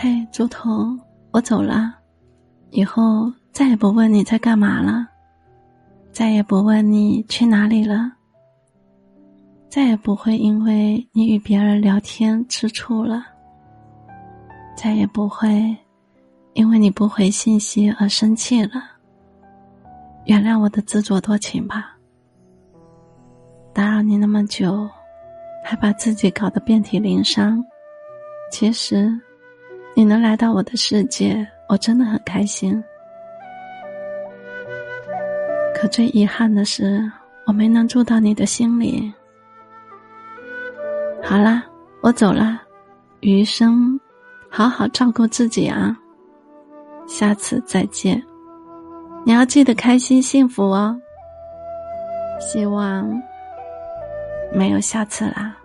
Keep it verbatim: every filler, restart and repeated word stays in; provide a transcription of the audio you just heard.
嘿，猪头，我走了，以后再也不问你在干嘛了，再也不问你去哪里了，再也不会因为你与别人聊天吃醋了，再也不会因为你不回信息而生气了。原谅我的自作多情吧，打扰你那么久，还把自己搞得遍体鳞伤。其实你能来到我的世界，我真的很开心。可最遗憾的是，我没能住到你的心里。好啦，我走啦，余生好好照顾自己啊，下次再见。你要记得开心幸福哦，希望没有下次啦。